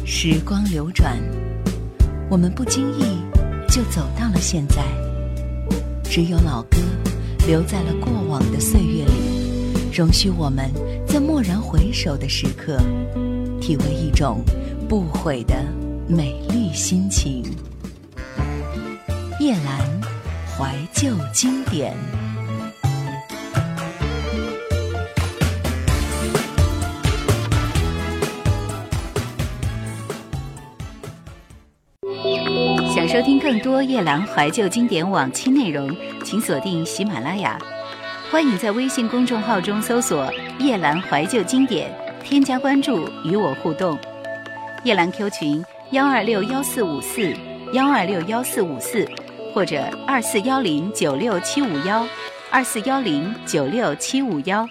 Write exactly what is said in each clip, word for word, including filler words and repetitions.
时光流转，我们不经意就走到了现在，只有老歌留在了过往的岁月里，容许我们在蓦然回首的时刻，体味一种不悔的美丽心情。夜阑怀旧经典。想收听更多夜阑怀旧经典往期内容，请锁定喜马拉雅。欢迎在微信公众号中搜索夜阑怀旧经典，添加关注与我互动。夜阑 Q 群幺二六幺四五四幺二六幺四五四或者二四幺零九六七五幺二四幺零九六七五幺。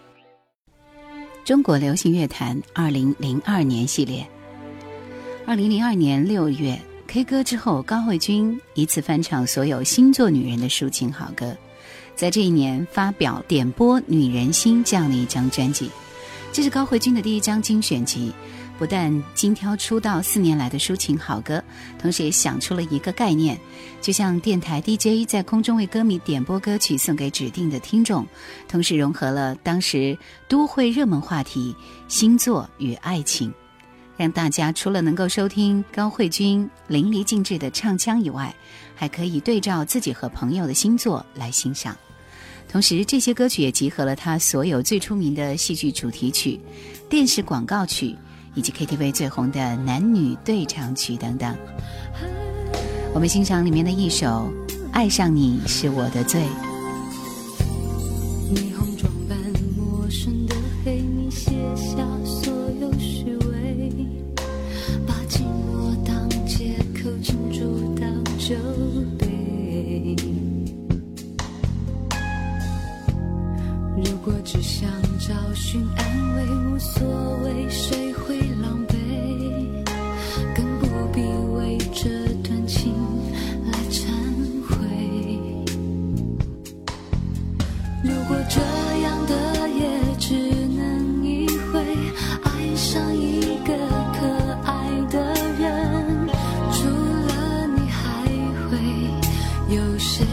中国流行乐坛二零零二年系列。二零零二年六月 K 歌之后，高慧君一次翻唱所有星座女人的抒情好歌，在这一年发表点播《女人心》这样的一张专辑。这是高慧君的第一张精选集，不但精挑出道四年来的抒情好歌，同时也想出了一个概念，就像电台 D J 在空中为歌迷点播歌曲送给指定的听众，同时融合了当时都会热门话题星座与爱情，让大家除了能够收听高慧君淋漓尽致的唱腔以外，还可以对照自己和朋友的星座来欣赏。同时这些歌曲也集合了他所有最出名的戏剧主题曲、电视广告曲以及 K T V 最红的男女对唱曲等等。我们欣赏里面的一首《爱上你是我的罪》。 霓虹装扮陌生的黑，你写下所有虚伪，把寂寞当借口倾注到酒杯。如果只想找寻安慰，无所谓谁会狼狈，更不必为这段情来忏悔。如果这样的也只能意会，爱上一个可爱的人，除了你还会有谁？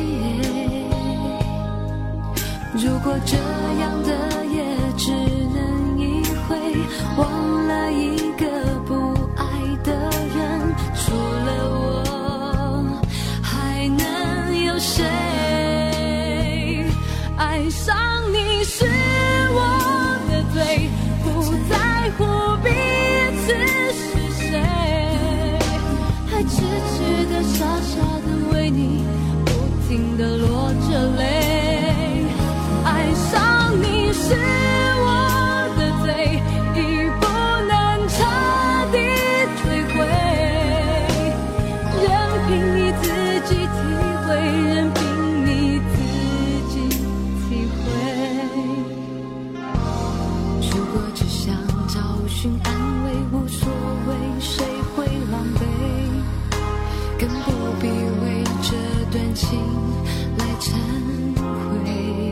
如果这样的也只能意会，忘了一个不爱的人，除了我还能有谁？爱上你是我的罪，不在乎彼此是谁，还痴痴的傻傻的为你不停的落着泪。爱上你是我的罪，已不能彻底摧毁，任凭你自己体会，任凭你自己体会。如果只想找寻安慰，无所谓谁会狼狈，更不必为这段情来忏悔。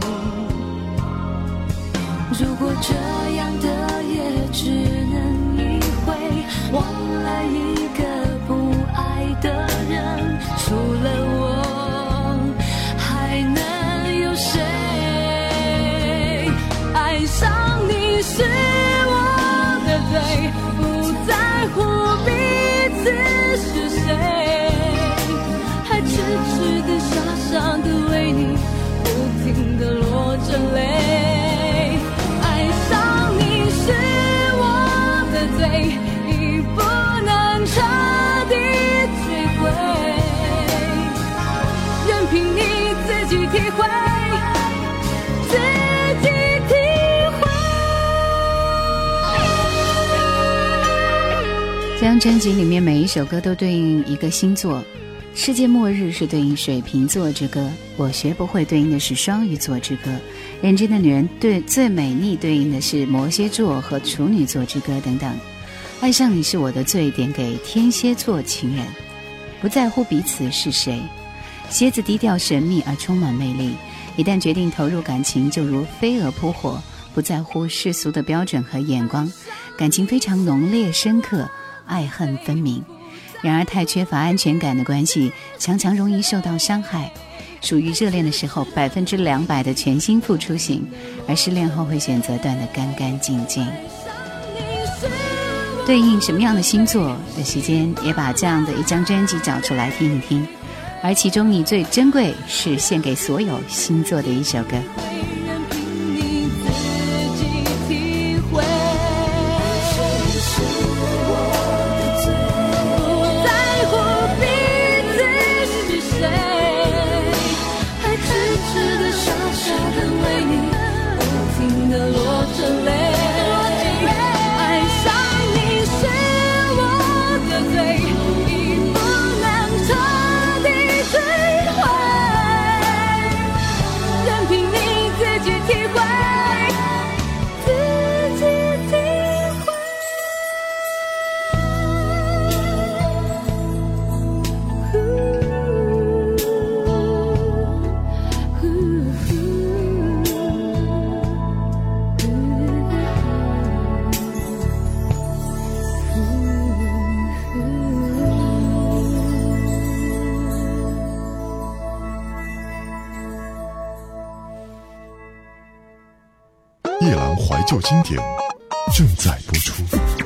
如果这样的也只能意会，忘了一个不爱的人，除了我还能有谁？爱上你是我的罪，不在乎彼此是谁，还痴痴的傻傻的为你不停的落着泪。是我的罪，已不能彻底摧毁，任凭你自己体会，自己体会。 这张专辑里面每一首歌都对应一个星座，世界末日是对应水瓶座之歌，我学不会对应的是双鱼座之歌，认真的女人对最美丽对应的是摩羯座和处女座之歌等等。爱上你是我的罪点给天蝎座情人，不在乎彼此是谁。蝎子低调神秘而充满魅力，一旦决定投入感情就如飞蛾扑火，不在乎世俗的标准和眼光，感情非常浓烈深刻， 爱恨分明。然而太缺乏安全感的关系，常常容易受到伤害。属于热恋的时候百分之两百的全心付出型，而失恋后会选择断得干干净净。对应什么样的星座的时间，也把这样的一张专辑找出来听一听。而其中你最珍贵，是献给所有星座的一首歌。 夜郎怀旧经典正在播出。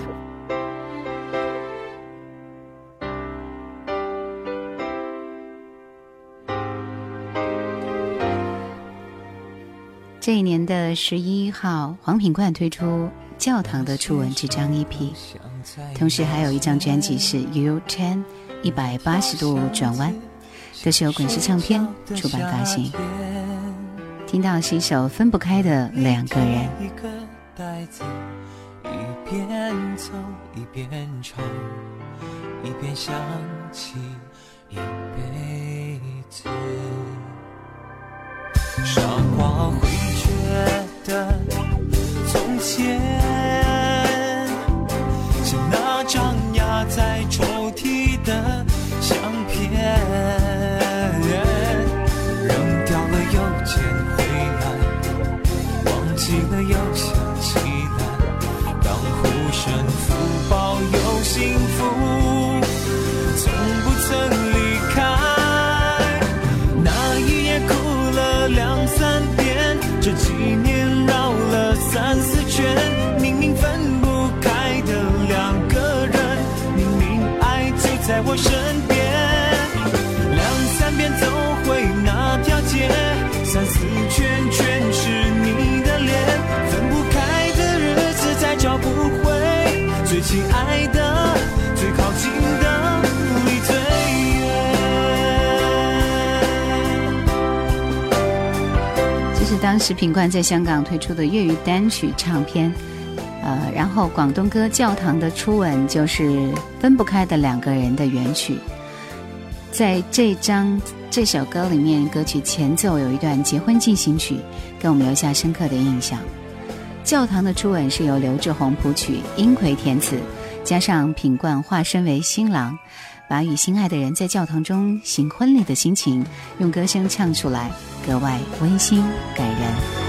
这一年的十一号，黄品冠推出《教堂的初吻》这张 E P， 同时还有一张专辑是 U 十 一百八十度转弯，都是由滚石唱片出版发行。听到是一首分不开的两个人， 一个袋子，一边走一边唱，一边想起一辈子。傻瓜会觉得从前像那张压在抽屉的相片，扔掉了邮件回来，忘记了又想起来，当护身符保有幸福，从不曾离开。那一夜哭了两三遍，这几年绕了三四圈，明明分不开的两个人，明明爱就在我身边，两三遍走回那条街，三四圈全是你的脸，分不开的日子再找不回，最亲爱的最靠近的离最远。 这是当时品冠在香港推出的粤语单曲唱片，呃，然后广东歌《教堂的初吻》就是分不开的两个人的原曲。在这张这首歌里面，歌曲前奏有一段结婚进行曲，给我们留下深刻的印象。教堂的初吻是由刘志宏谱曲，殷葵填词，加上品冠化身为新郎，把与心爱的人在教堂中行婚礼的心情用歌声唱出来，格外温馨感人。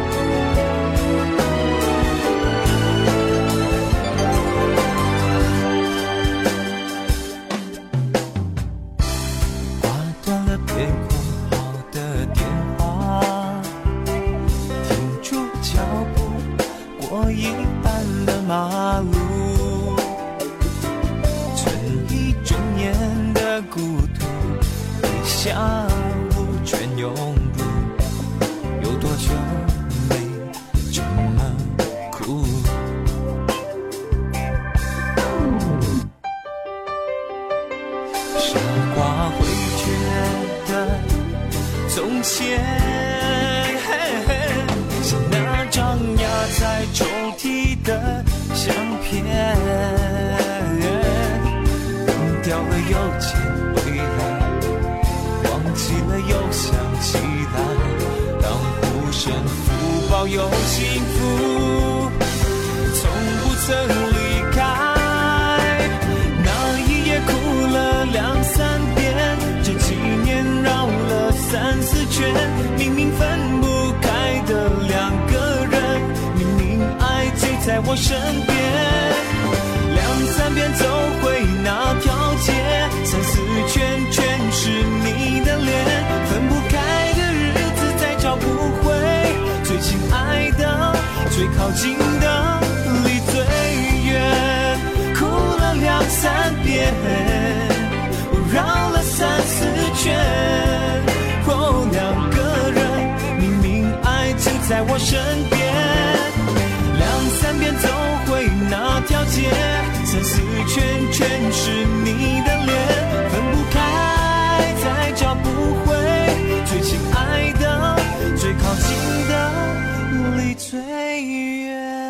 有幸福从不曾离开，那一夜哭了两三遍，这几年绕了三四圈，明明分不开的两个人，明明爱就在我身边，两三遍遍走回那条街，三四圈全是你的脸，分不开的日子再找不回，最亲爱的最靠近的离最远，哭了两三遍，绕了三四圈，哦，两个人明明爱就在我身边，两三遍走回那条街，三四圈全是你的脸，分不开再找不回，最亲爱的最靠近的离最远。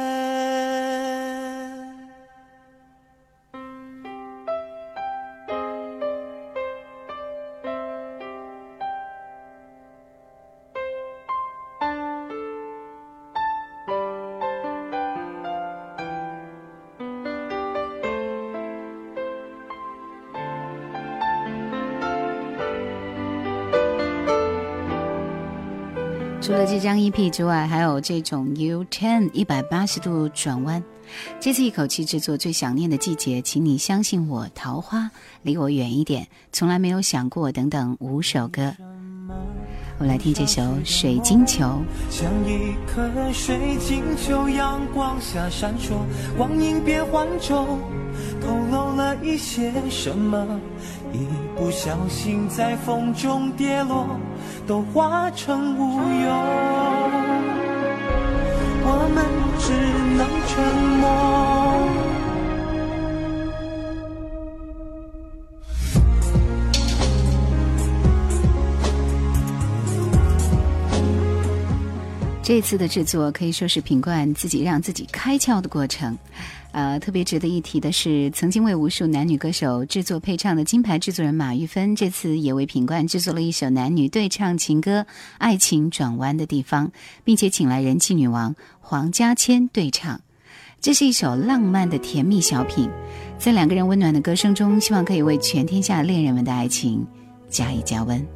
除了这张 E P 之外，还有这种 U-turn 一百八十度转弯。这次一口气制作最想念的季节，请你相信我，桃花离我远一点，从来没有想过等等五首歌。我来听这首水晶球。 像一颗水晶球，阳光下闪烁，光影变幻中透露了一些什么，一不小心在风中跌落，都化成乌有，我们只能沉默。 这次的制作可以说是品冠自己让自己开窍的过程。呃，特别值得一提的是，曾经为无数男女歌手制作配唱的金牌制作人马玉芬，这次也为品冠制作了一首男女对唱情歌《爱情转弯的地方》，并且请来人气女王黄家千对唱。这是一首浪漫的甜蜜小品，在两个人温暖的歌声中，希望可以为全天下恋人们的爱情加以加温。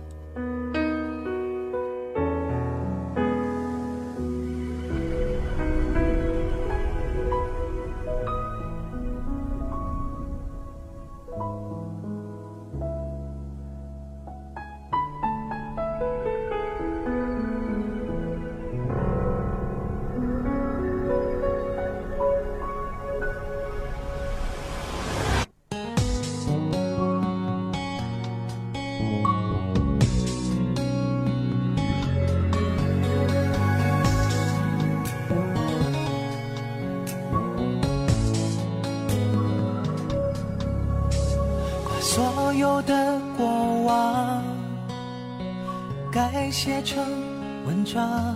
所有的过往该写成文章，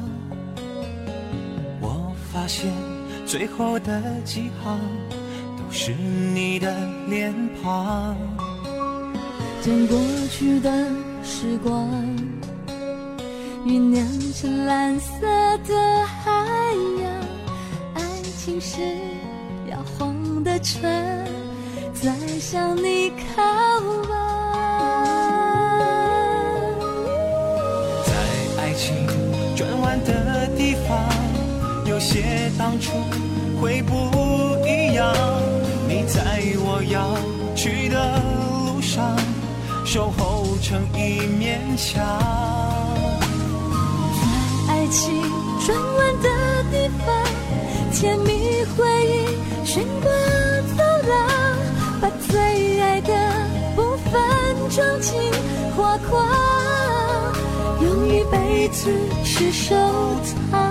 我发现最后的几行都是你的脸庞， 将过去的时光酝酿成蓝色的海洋，爱情是摇晃的船，在向你靠岸。 在爱情转弯的地方，有些当初会不一样，你在我要去的路上守候成一面墙。 在爱情转弯的地方，甜蜜回忆悬挂走廊，把最爱的部分装进画框，用一辈子去收藏，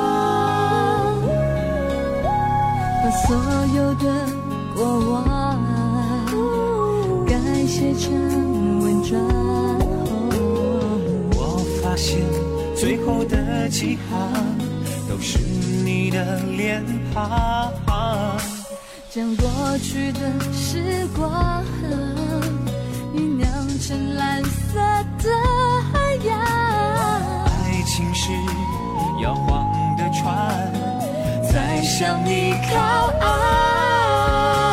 把所有的过往改写成文章。 我发现最后的几行都是你的脸庞， 将过去的时光酝酿成蓝色的海洋， 爱情是摇晃的船，在向你靠岸。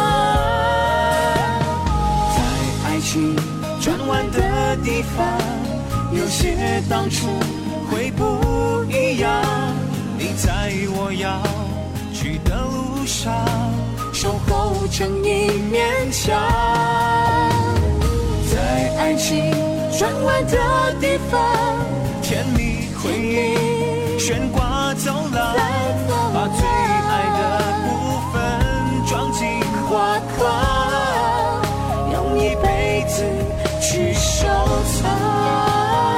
在爱情转弯的地方，有些当初会不一样，你在我要去的路上守候成一面墙，在爱情转弯的地方， 甜蜜回忆悬挂走廊，把最爱的部分装进画框，用一辈子去收藏。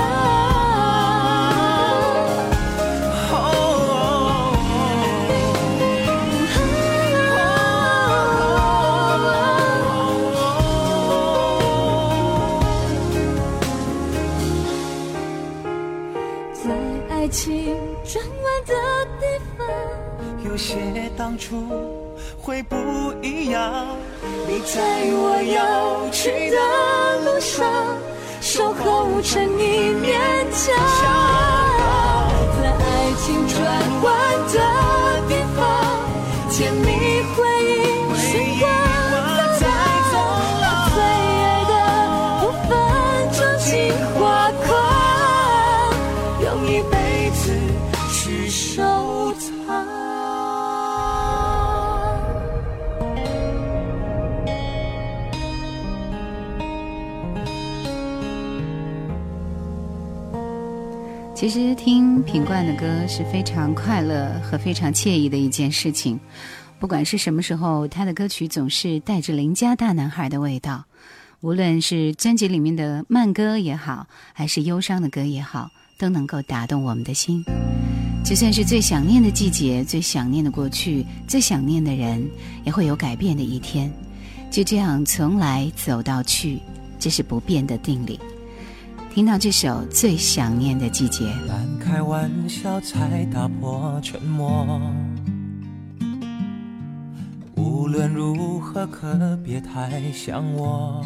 爱情转弯的地方， 有些当初会不一样。你在我要去的路上， 守候成一面墙，在爱情转弯的地方，甜蜜回忆悬挂在走廊，最爱的部分装进画框，用一辈子去收藏。 其实听品冠的歌是非常快乐和非常惬意的一件事情，不管是什么时候，他的歌曲总是带着邻家大男孩的味道，无论是专辑里面的慢歌也好，还是忧伤的歌也好，都能够打动我们的心。就算是最想念的季节，最想念的过去，最想念的人，也会有改变的一天。就这样从来走到去，这是不变的定理。听到这首《最想念的季节》， 半开玩笑才打破沉默，无论如何可别太想我，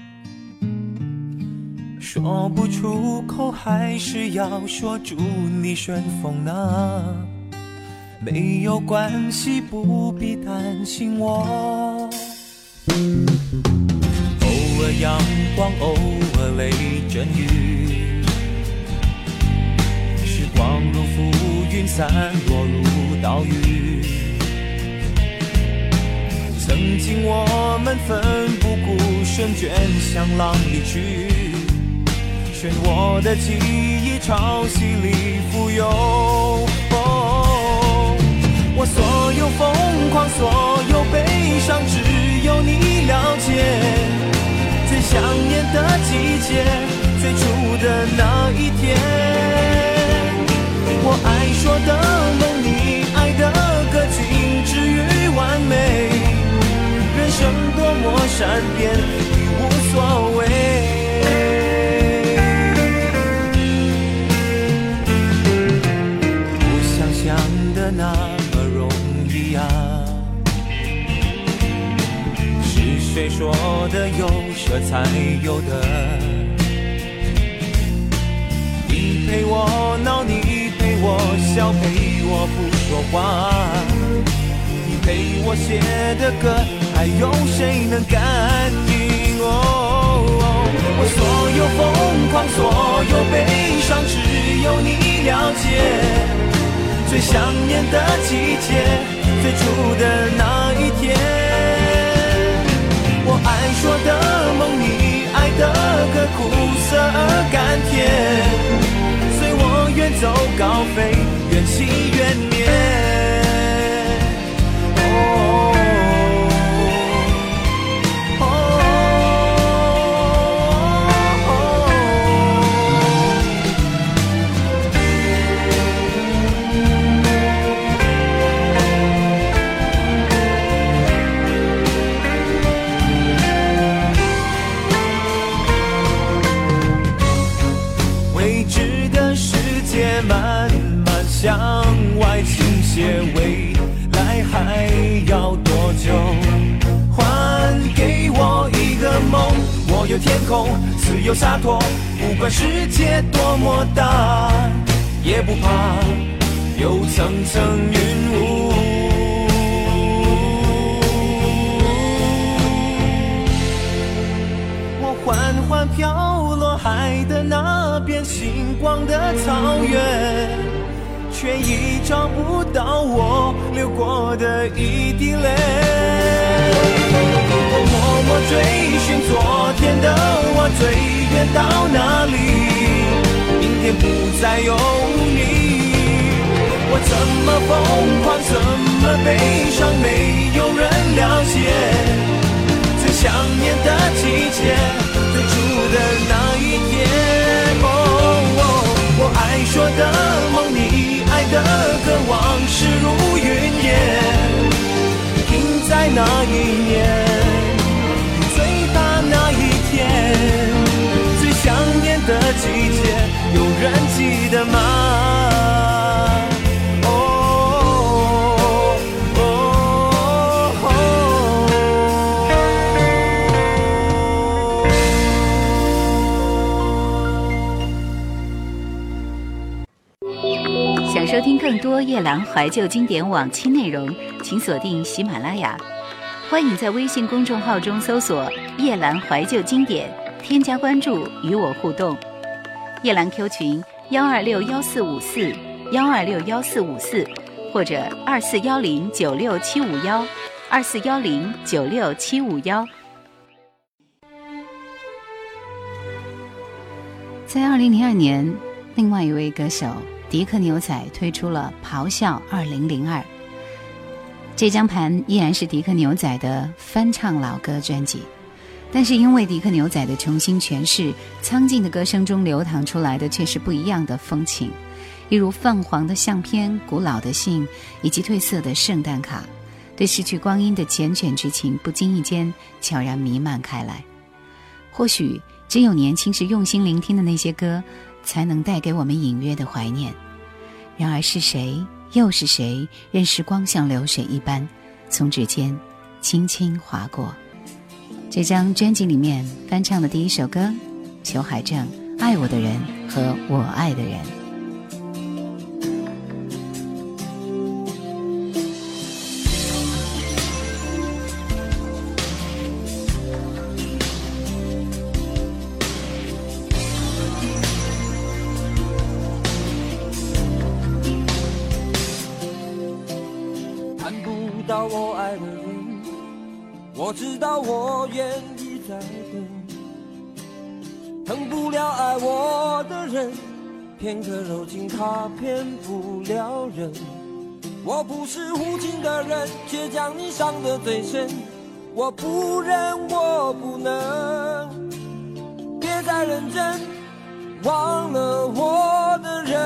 说不出口还是要说祝你顺风呢，没有关系，不必担心我。偶尔阳光，偶尔雷阵雨，时光如浮云散落如岛屿，曾经我们奋不顾身卷向浪里去，漩涡的记忆潮汐里浮游、哦、我所有疯狂，所有悲伤，只有你了解。最想念的季节，最初的那一天，我爱说的梦，你爱的歌，仅止于完美。人生多么善变，已无所谓。不想象的那么容易啊，是谁说的有舍才有的？你陪我闹，你陪我笑，陪我不说话，你陪我写的歌，还有谁能感应？哦，我所有疯狂，所有悲伤，只有你了解。最想念的季节，最初的那一天，我爱说的梦，你爱的歌，苦涩而甘甜，随我远走高飞，缘起缘灭。哦慢慢向外倾斜，未来还要多久？还给我一个梦，我有天空，自由洒脱，不管世界多么大，也不怕有层层云雾。我缓缓飘落海的那边，星光的草原，却已找不到我流过的一滴泪。 的我最远到哪里？明天不再有你，我怎么疯狂，怎么悲伤，没有人了解。最想念的季节，最初的那一天。哦哦，我爱说的梦，你爱的歌，往事如云烟，停在那一年，最怕那一天。最想念的季节，有人记得吗？ 想收听更多夜兰怀旧经典往期内容，请锁定喜马拉雅。欢迎在微信公众号中搜索夜兰怀旧经典，添加关注与我互动。夜兰 Q 群幺二六幺四五四幺二六幺四五四或者二四幺零九六七五幺二四幺零九六七五幺。在二零零二年，另外一位歌手迪克牛仔推出了《咆哮二零零二》，这张盘依然是迪克牛仔的翻唱老歌专辑，但是因为迪克牛仔的重新诠释，苍劲的歌声中流淌出来的却是不一样的风情，例如泛黄的相片、古老的信以及褪色的圣诞卡，对逝去光阴的缱绻之情不经意间悄然弥漫开来。或许只有年轻时用心聆听的那些歌，才能带给我们隐约的怀念。然而是谁，又是谁，任时光像流水一般从指尖轻轻划过。这张专辑里面翻唱的第一首歌，裘海正《爱我的人和我爱的人》。 到我爱的人，我知道我愿意再等，疼不了爱我的人，片刻柔情他骗不了人。我不是无情的人，却将你伤得最深，我不忍我不能，别再认真忘了我的人，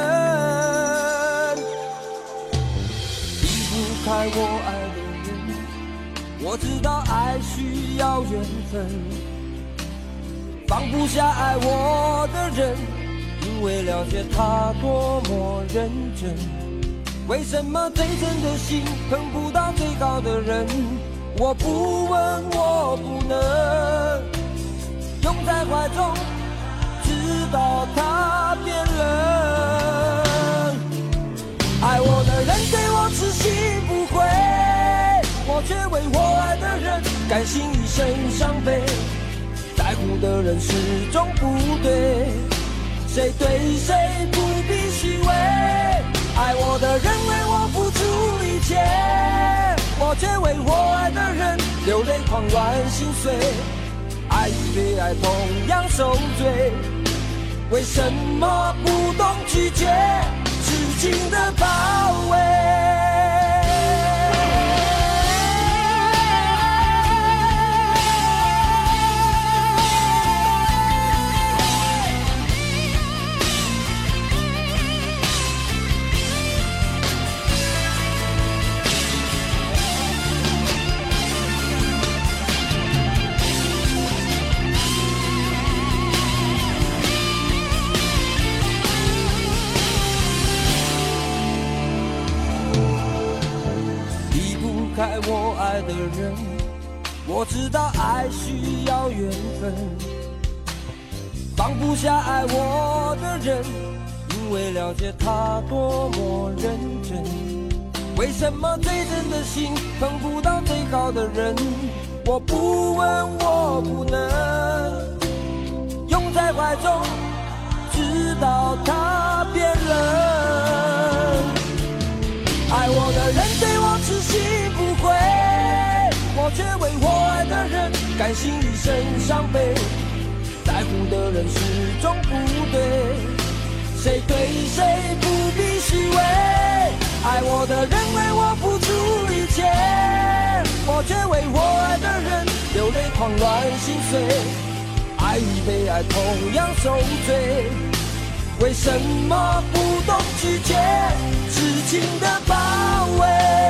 离不开我爱的人，我知道爱需要缘分，放不下爱我的人，因为了解他多么认真。为什么最真的心碰不到最高的人？我不问我不能，拥在怀中直到他变冷。爱我的人对我痴心不悔，我却为我爱的人甘心一生伤悲。在乎的人始终不对，谁对谁不必虚伪。爱我的人为我付出一切，我却为我爱的人流泪狂乱心碎。爱与被爱同样受罪，为什么不懂拒绝痴情的包围？爱我爱的人，我知道爱需要缘分，放不下爱我的人，因为了解他多么认真。为什么最真的心碰不到最高的人？我不问我不能，拥在怀中直到他变冷。爱我的人对我痴心不悔，我却为我爱的人甘心一生伤悲。 在乎的人始终不对，谁对谁不必虚伪，爱我的人为我付出一切，我却为我爱的人流泪狂乱心碎，爱与被爱同样受罪，为什么不懂拒绝痴情的包围，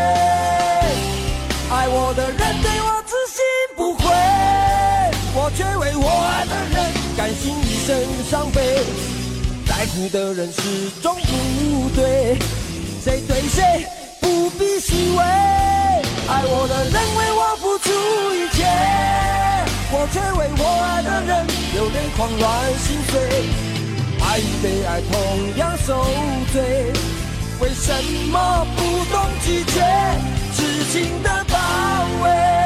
爱我的人对我痴心不悔，我却为我爱的人甘心一生伤悲，在乎的人始终不对，谁对谁不必虚伪，爱我的人为我付出一切，我却为我爱的人流泪狂乱心碎，爱与被爱同样受罪，为什么不懂拒绝痴情的包围。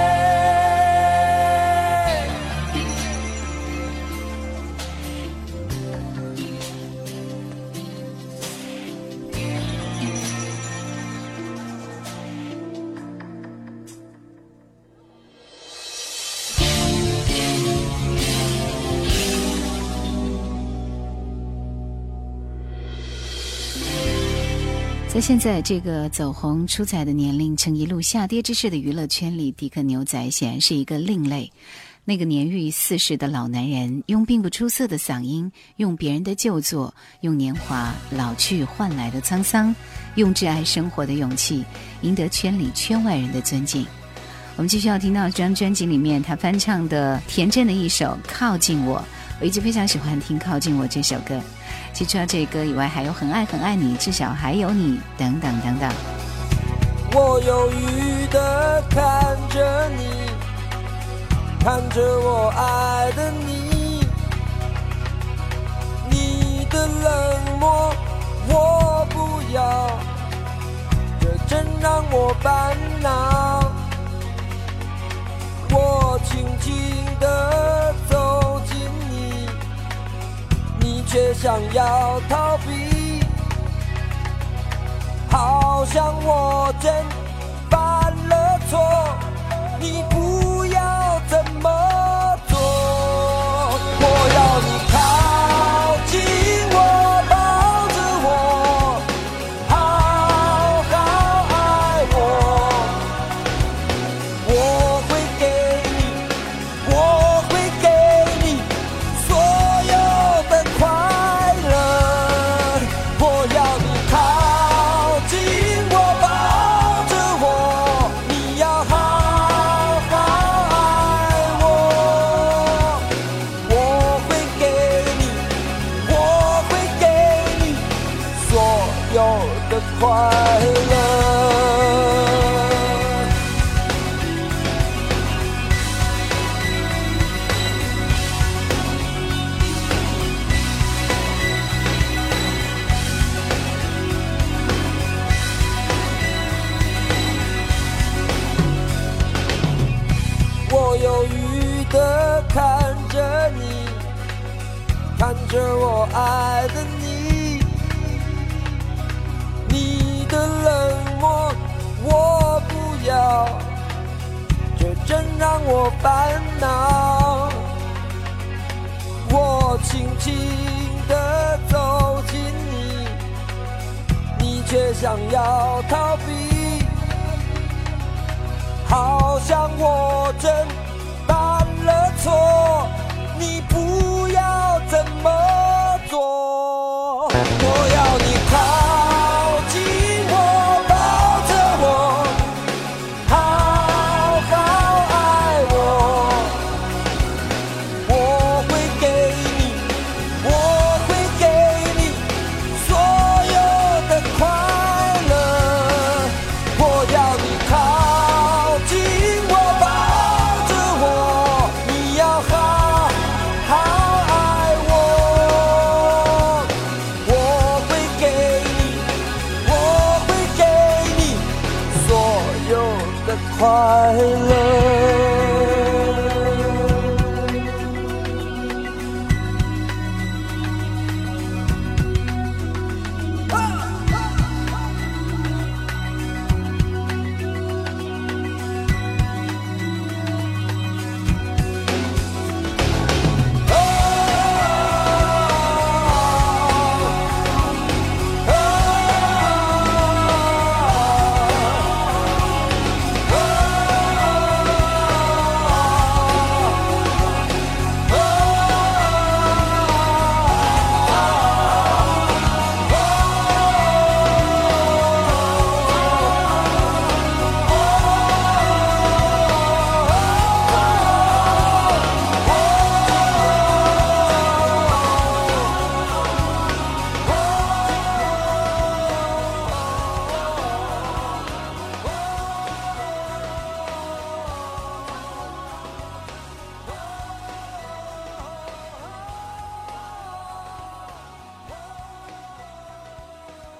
在现在这个走红出彩的年龄，呈一路下跌之势的娱乐圈里，迪克牛仔显然是一个另类。那个年逾四十的老男人，用并不出色的嗓音，用别人的旧作，用年华老去换来的沧桑，用挚爱生活的勇气，赢得圈里圈外人的尊敬。我们继续要听到这张专辑里面他翻唱的田震的一首《靠近我》，我一直非常喜欢听《靠近我》这首歌。其实除了这歌以外，还有很爱很爱你，至少还有你，等等等等。 我犹豫地看着你，看着我爱的你，你的冷漠我不要，这真让我烦恼。我轻轻地走近你，你却想要逃避，好像我真犯了错，你不要这么做。我要你靠近我，抱着我，好好爱我。我会给你，我会给你所有的快乐。我要你靠近我，抱着我，你要好好爱我。我会给你，我会给你所有的快乐。我犹豫地看着你，看着我爱的你，你的冷漠我不要，这真让我烦恼。我轻轻地走近你，你却想要逃避，好像我真犯了错，你不要这么做。我要你靠近我，抱着我，好好爱我。我会给你，我会给你所有的快乐。我要你靠近我，抱着我，你要好好爱我。我会给你，我会给你所有的快乐。哦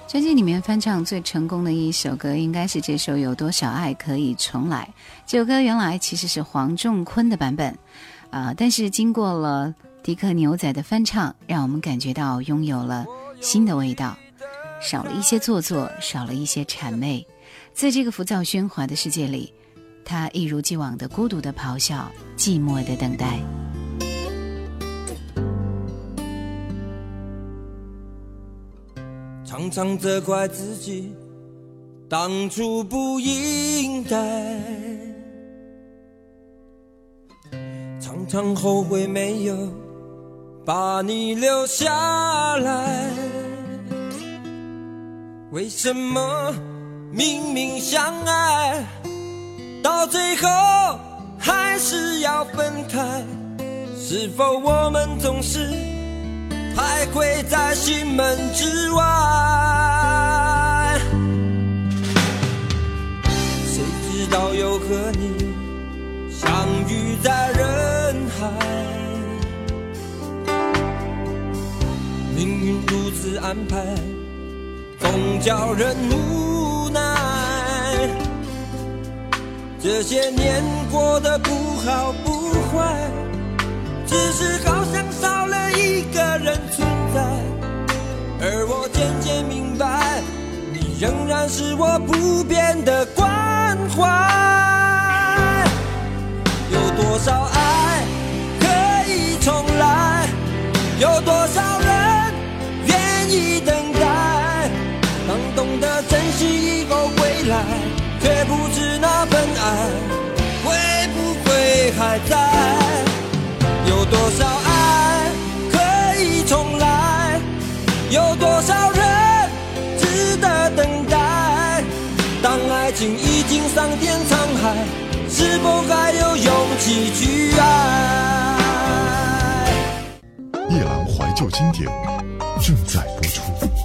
专辑里面翻唱最成功的一首歌应该是这首《有多少爱可以重来》。这首歌原来其实是黄仲坤的版本啊、呃，但是经过了迪克牛仔的翻唱，让我们感觉到拥有了新的味道，少了一些做作，少了一些谄媚。在这个浮躁喧哗的世界里，他一如既往的孤独的咆哮，寂寞的等待。 常常责怪自己当初不应该，常常后悔没有把你留下来。为什么明明相爱，到最后还是要分开？是否我们总是徘徊在心门之外？谁知道又和你相遇在人海，命运如此安排，总叫人无奈。这些年过得不好不坏，只是好像少了一个人存在，而我渐渐明白，你仍然是我不变的关怀。有多少爱可以重来，有多少人愿意等待，当懂得珍惜以后回来，却不知那份爱会不会还在。有多少爱可以重来，有多少人值得等待，当爱情已经桑田沧海，是否还有勇气去爱？ 夜郎怀旧经典正在播出。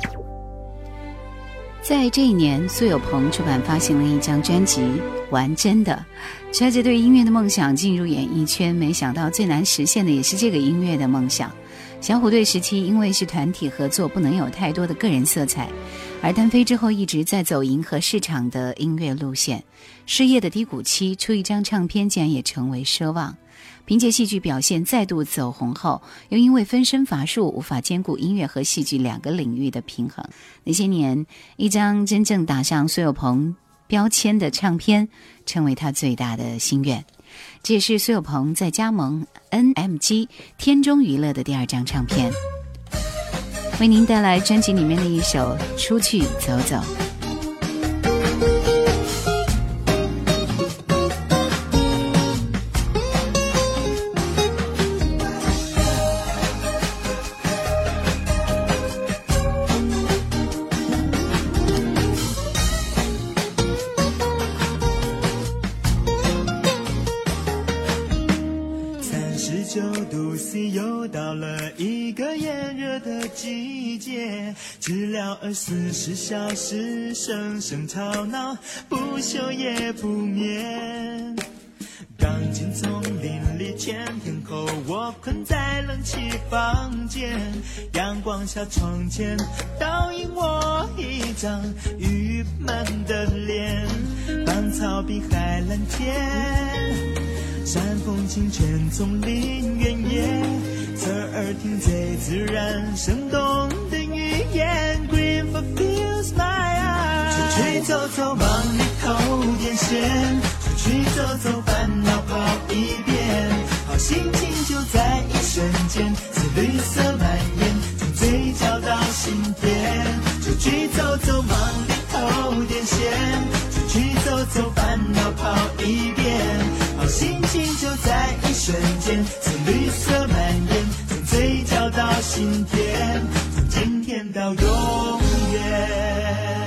在这一年，苏有朋出版发行了一张专辑《玩真的》，揣着对音乐的梦想进入演艺圈，没想到最难实现的也是这个音乐的梦想。小虎队时期因为是团体合作，不能有太多的个人色彩，而单飞之后一直在走迎合市场的音乐路线，事业的低谷期，出一张唱片竟然也成为奢望。凭借戏剧表现再度走红后，又因为分身乏术，无法兼顾音乐和戏剧两个领域的平衡。那些年，一张真正打上苏有朋标签的唱片，成为他最大的心愿。这也是苏有朋在加盟 N M G 天中娱乐的第二张唱片。为您带来专辑里面的一首《出去走走》。 又到了一个炎热的季节，知了二十四小时声声吵闹，不休也不眠。刚进丛林里前天后，我困在冷气房间，阳光下窗前倒映我一张郁闷的脸，芳草比海蓝天，山风清泉丛林原野，侧耳听最自然生动的语言 Green fulfills my eyes。 出去走走忙里偷点闲，出去走走烦恼跑一遍，好心情就在一瞬间，似绿色蔓延，从嘴角到心田。出去走走忙里偷点闲，出去走走烦恼跑一遍，好心情就在一瞬间，从绿色蔓延，从嘴角到心田，从今天到永远。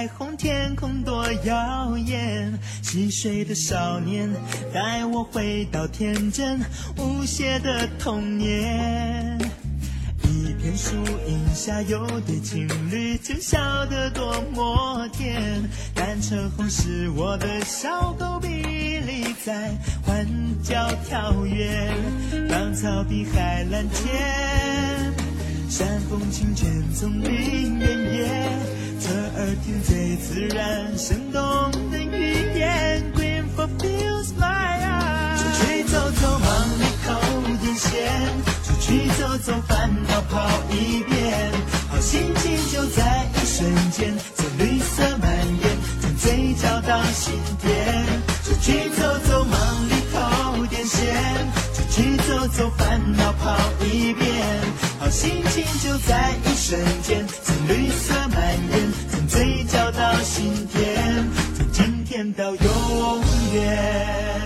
虹天空多耀眼，细水的少年带我回到天真无邪的童年。一片树荫下有对情侣，就笑得多么甜。单车红是我的小狗比利在欢叫跳跃，当草比海蓝天，山风清泉从林原野，侧耳听最自然生动的语言。 Green fulfills my eyes， 出去走走忙里口点咸，出去走走烦恼跑一遍，好心情就在一瞬间，从绿色蔓延，从嘴角到心田。出去走走忙里口点咸，出去走走烦恼跑一遍，好心情就在一瞬间，从绿色蔓延，从嘴角到心田，从今天到永远。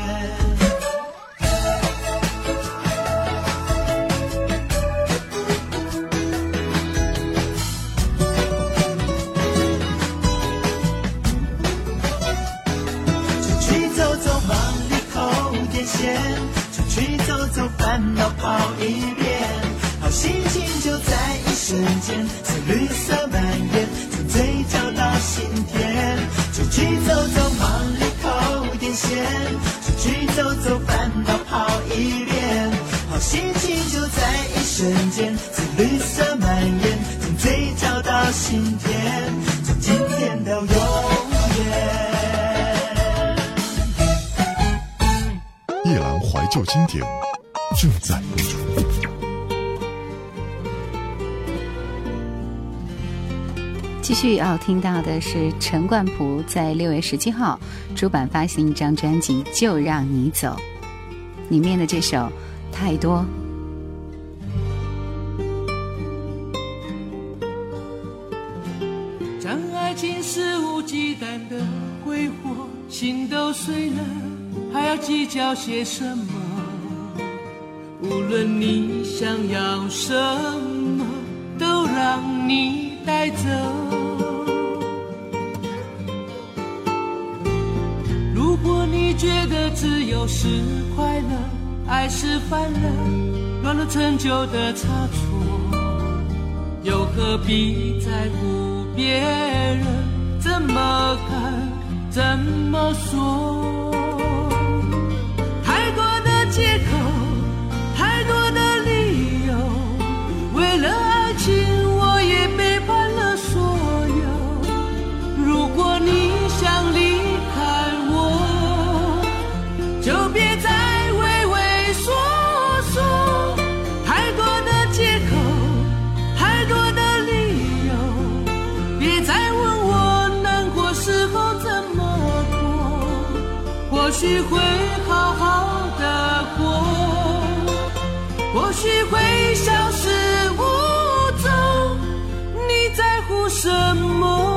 出去走走烦恼跑一遍，好心情就在一瞬间，从绿色蔓延，从嘴角到心田。出去走走忙里口点咸，出去走走烦恼跑一遍，好心情就在一瞬间，从绿色蔓延，从嘴角到心田，从今天到永远。 夜阑怀旧经典正在播出。 继续要听到的是陈冠蒲在六月十七号出版发行一张专辑《就让你走》里面的这首《太多》。 当爱情肆无忌惮的挥霍，心都碎了，还要计较些什么？无论你想要什么，都让你带走。如果你觉得自由是快乐，爱是烦了，乱了陈旧的差错，又何必在乎别人怎么看怎么说？太多的借口，太多的理由，为了爱情我也背叛了所有。如果你想离开我，就别再畏畏缩缩。太多的借口，太多的理由，别再问我难过时候怎么过。或许会好好的过，或许会消失无踪，你在乎什么？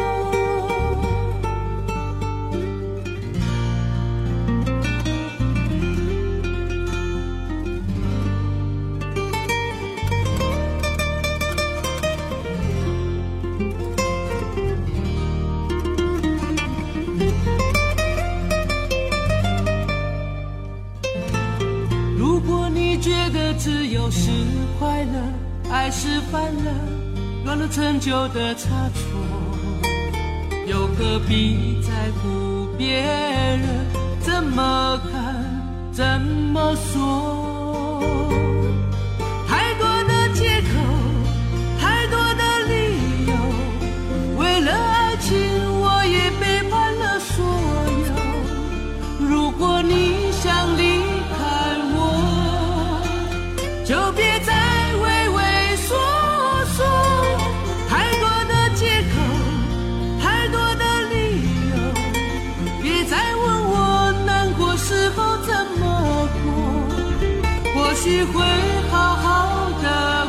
自由是快乐，爱是烦了，乱了陈旧的差错，又何必在乎别人怎么看怎么说？太多的借口，太多的理由，为了爱情我也背叛了所有。如果你想离开我，就别再畏畏缩缩。太多的借口，太多的理由，别再问我难过时候怎么过。或许会好好的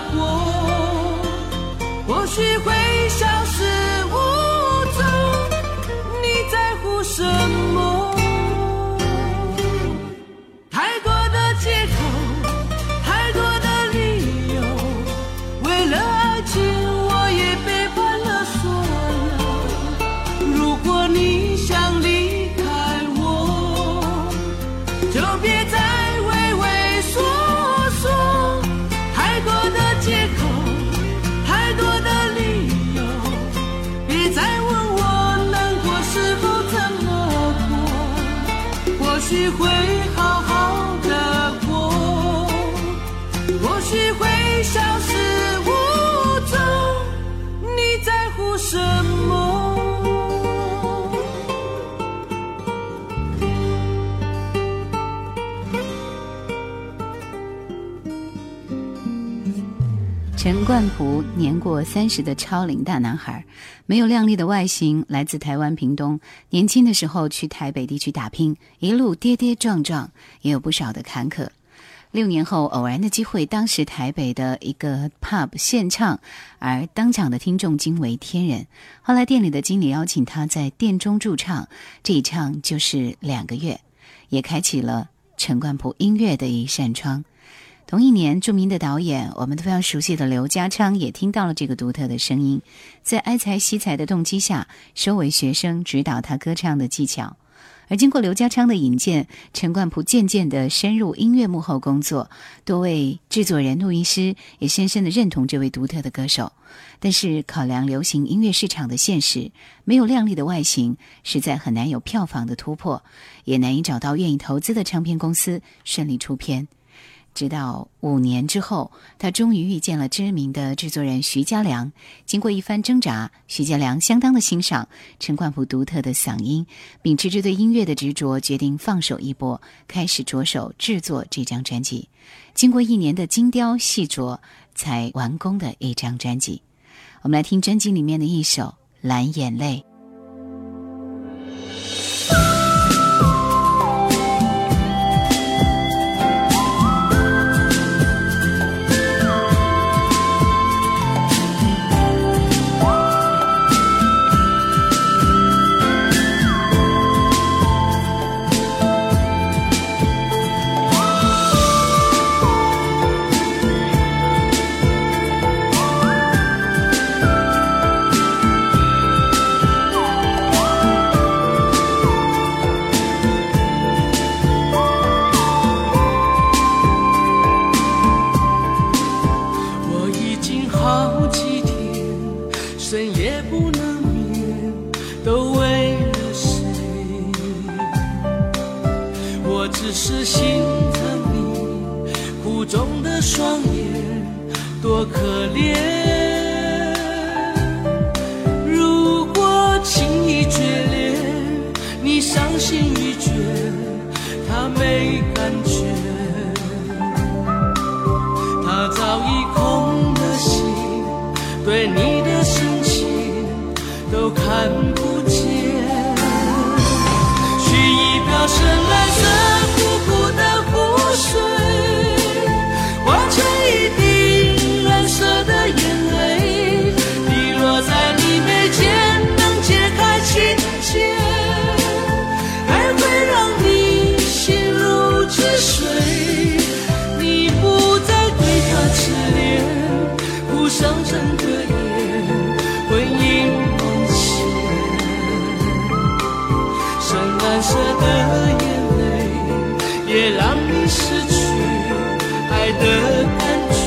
过，或许会消失无踪，你在乎什么？太多的借口，太多的理由，为了爱情我也背叛了所有。 别再畏畏缩缩，太多的借口，太多的理由，别再问我难过是否怎么过，或许会好好的过，或许会消失无踪，你在乎什么？ 陈冠璞年过三十的超龄大男孩，没有靓丽的外形，来自台湾屏东，年轻的时候去台北地区打拼，一路跌跌撞撞，也有不少的坎坷。六年后偶然的机会，当时台北的一个 pub 现唱，而当场的听众惊为天人。后来店里的经理邀请他在店中驻唱，这一唱就是两个月，也开启了陈冠璞音乐的一扇窗。同一年，著名的导演，我们都非常熟悉的刘家昌也听到了这个独特的声音，在爱才惜才的动机下，收为学生，指导他歌唱的技巧。而经过刘家昌的引荐，陈冠璞渐渐地深入音乐幕后工作，多位制作人、录音师也深深地认同这位独特的歌手。但是考量流行音乐市场的现实，没有靓丽的外形，实在很难有票房的突破，也难以找到愿意投资的唱片公司顺利出片。直到五年之后，他终于遇见了知名的制作人徐嘉良。经过一番挣扎，徐嘉良相当的欣赏陈冠璞独特的嗓音，秉持着对音乐的执着，决定放手一搏，开始着手制作这张专辑。经过一年的精雕细琢，才完工的一张专辑。我们来听专辑里面的一首《蓝眼泪》。 是心疼你苦中的双眼多可怜，如果轻易决裂，你伤心欲绝，他没感觉，他早已空了心，对你的深情都看不见，许一瓢深蓝色水化成一滴蓝色的眼泪，滴落在你眉间，能解开情结，爱会让你心如止水，你不再对他痴恋，铺上整个夜，婚姻梦前，深蓝色的眼泪也让你失去爱的感觉。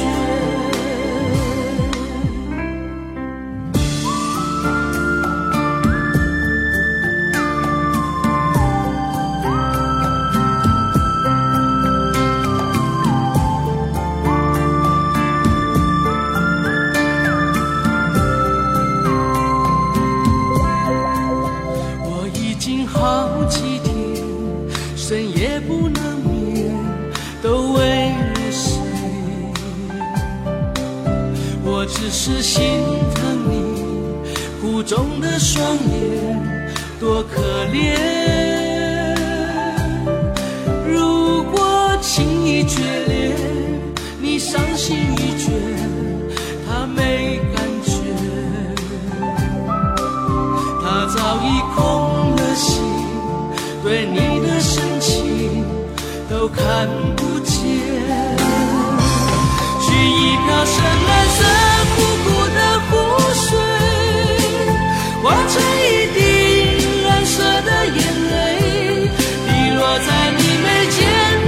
我已经好几天深夜不能眠，都为了谁？我只是心疼你苦中的双眼多可怜，如果轻易决裂，你伤心欲绝，他没感觉，他早已空了心，对你的深情都看不见，取一瓢深蓝色苦苦的湖水，化成一滴蓝色的眼泪，滴落在你眉间，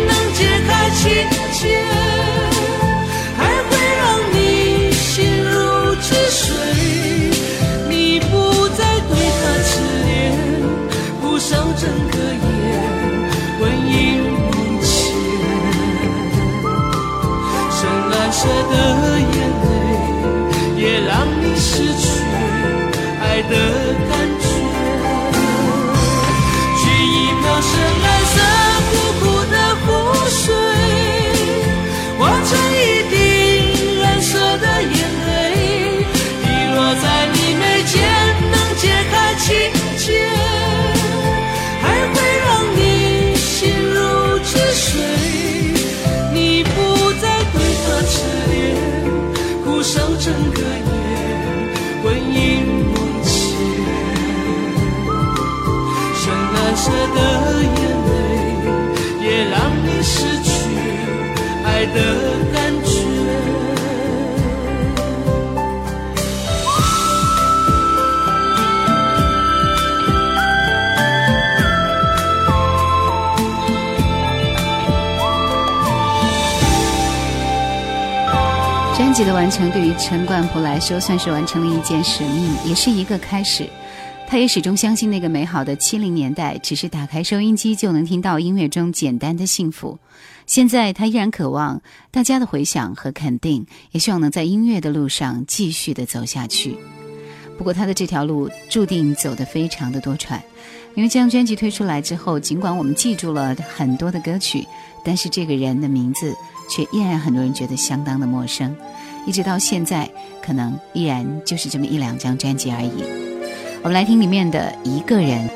舍的眼泪，也让你失去爱的感觉。取一秒深蓝色苦苦的湖水，化成一滴蓝色的眼泪，滴落在你眉间，能解开情结，还会让你心如止水。你不再对他痴恋，苦守整个夜，魂萦梦牵。深蓝色的眼泪，也让你失去爱的感觉。 专辑的完成对于陈冠甫来说算是完成了一件使命，也是一个开始。他也始终相信那个美好的七零年代，只是打开收音机就能听到音乐中简单的幸福。现在他依然渴望大家的回响和肯定，也希望能在音乐的路上继续的走下去。不过他的这条路注定走得非常的多舛，因为这张专辑推出来之后，尽管我们记住了很多的歌曲，但是这个人的名字却依然很多人觉得相当的陌生，一直到现在可能依然就是这么一两张专辑而已。我们来听里面的一个人。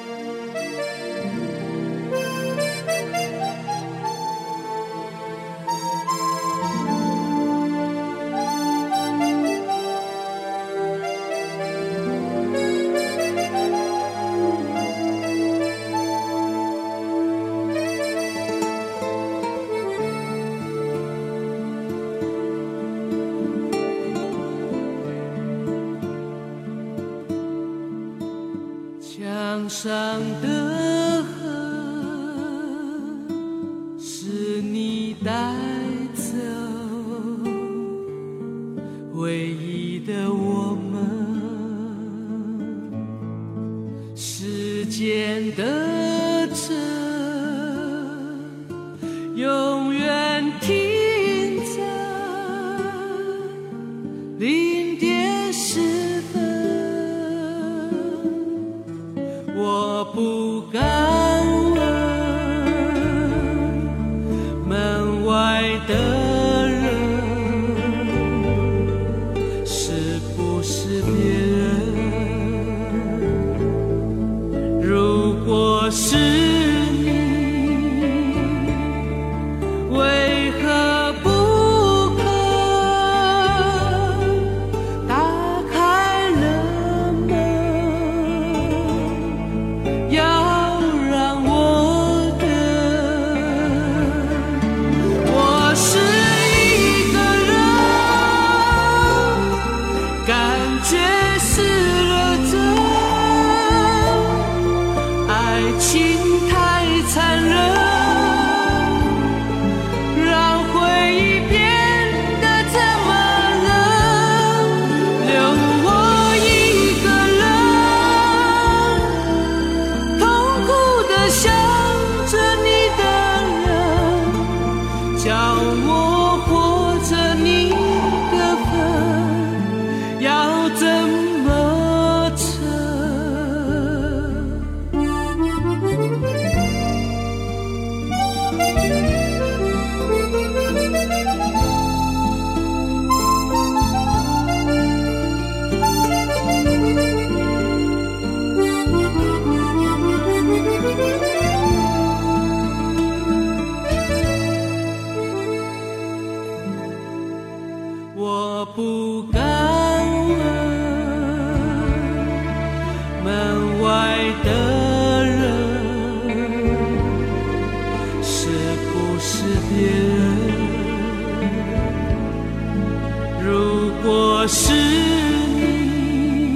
墙上的河是你带走，唯一的我们，时间的针永远停在零点十分。我不敢问门外的人是不是别人，如果是你，为何不肯打开了门，要让我等。我是一个人，感觉是热忱，爱情太残忍，让回忆变得这么冷，留我一个人，痛苦地想着你的人，叫我活着你的份，要怎么撑？我不敢问门外的人是不是别人，如果是你，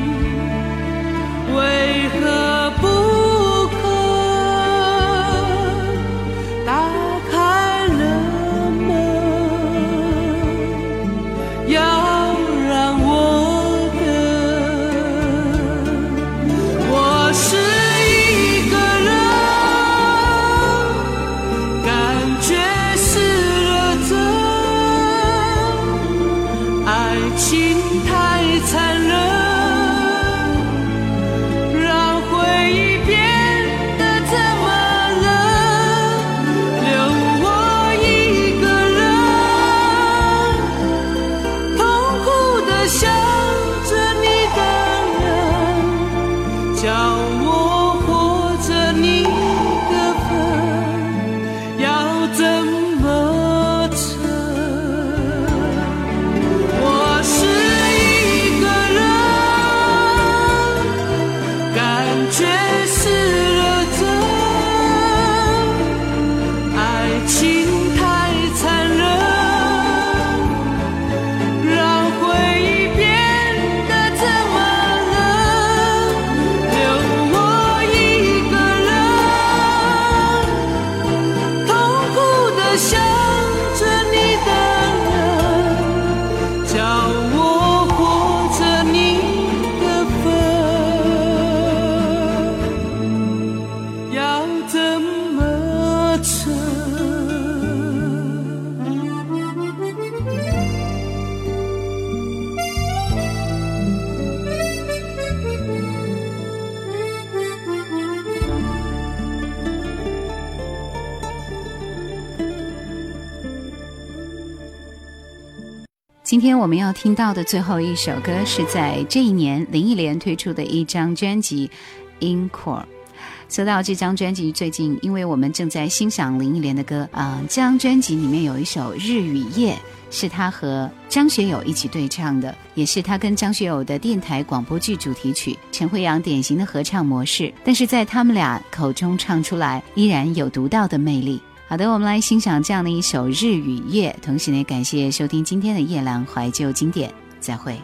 为何不肯打开了门，要让我等。我是一个人，感觉是热忱， 今天我们要听到的最后一首歌是在这一年林忆莲推出的一张专辑 Encore。 说到这张专辑，最近因为我们正在欣赏林忆莲的歌啊、呃，这张专辑里面有一首《日与夜》，是她和张学友一起对唱的，也是她跟张学友的电台广播剧主题曲，陈慧阳典型的合唱模式，但是在他们俩口中唱出来依然有独到的魅力。好的，我们来欣赏这样的一首《日与夜》，同时呢，感谢收听今天的夜兰怀旧经典，再会。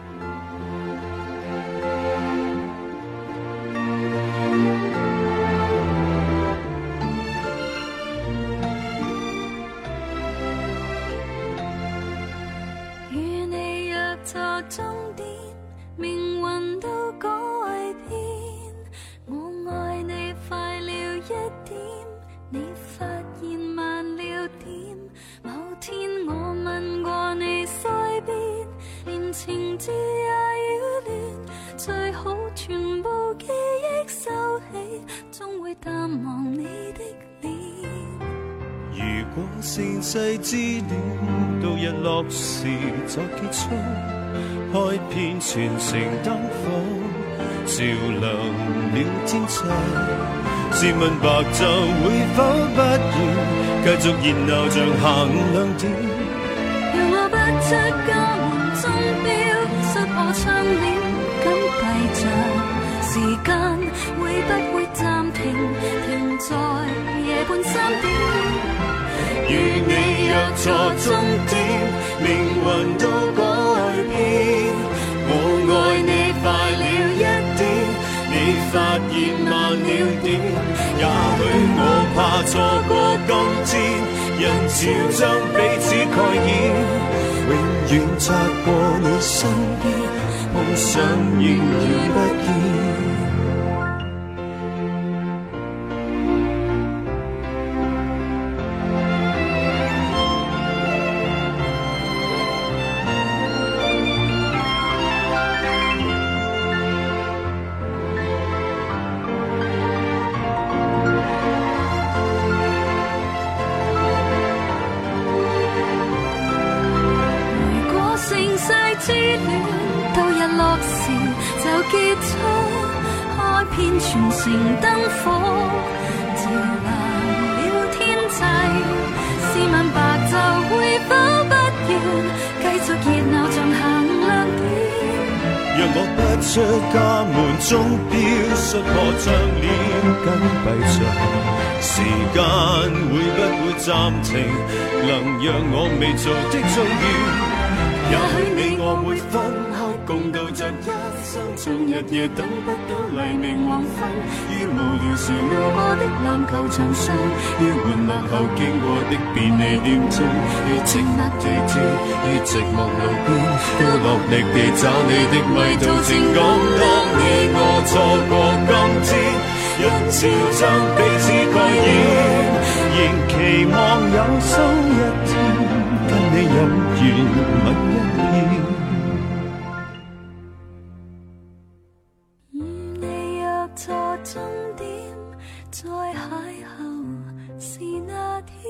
與你約錯終點，命運都改變。我愛你快了一點，你發現慢了點。某天我問過你西邊，連情字也擾亂，最好全部記憶收起，終會淡忘你的臉。 如果盛世之戀到日落時就結束，開遍全城燈火，照亮了天際。試問白晝會否不要繼續熱鬧像下午兩點？ 讓我不出家門鐘錶，摔破窗簾緊閉着，時間會不會暫停，停在夜半三點？ 與你約錯終點，命運都改變。我愛你快了一點，你發現慢了點。也許我怕錯過今天，人潮將彼此蓋掩。永遠擦過你身邊，夢想仍然不見。 結束，開遍全城燈火，照亮了天際。試問白晝會否不要繼續熱鬧像下午兩點？ 讓我不出家門鐘錶，摔破窗簾緊閉着，時間會不會暫停，能讓我未做的終於。也許你我會分開，共度着一生，像日夜等不到黎明黃昏。於無聊時路過的籃球場上，於玩樂後經過的便利店中，於寂寞地鐵，於寂寞路邊，都落力地找你的迷途情感。當你我錯過今天，人潮將彼此蓋掩，仍期望有生一天，跟你有緣吻一遍。 與你約錯終點，再邂逅是那天。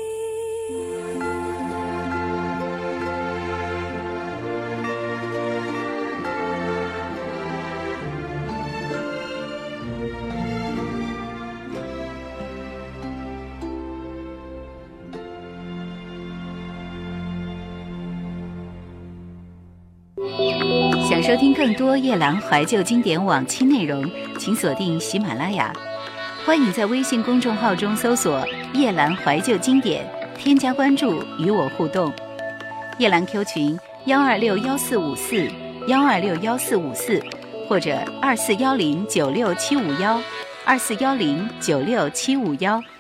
想收听更多夜兰怀旧经典往期内容，请锁定喜马拉雅。欢迎在微信公众号中搜索夜兰怀旧经典，添加关注与我互动。夜兰 Q 群幺二六幺四五四幺二六幺四五四或者二四幺零九六七五幺二四幺零九六七五幺。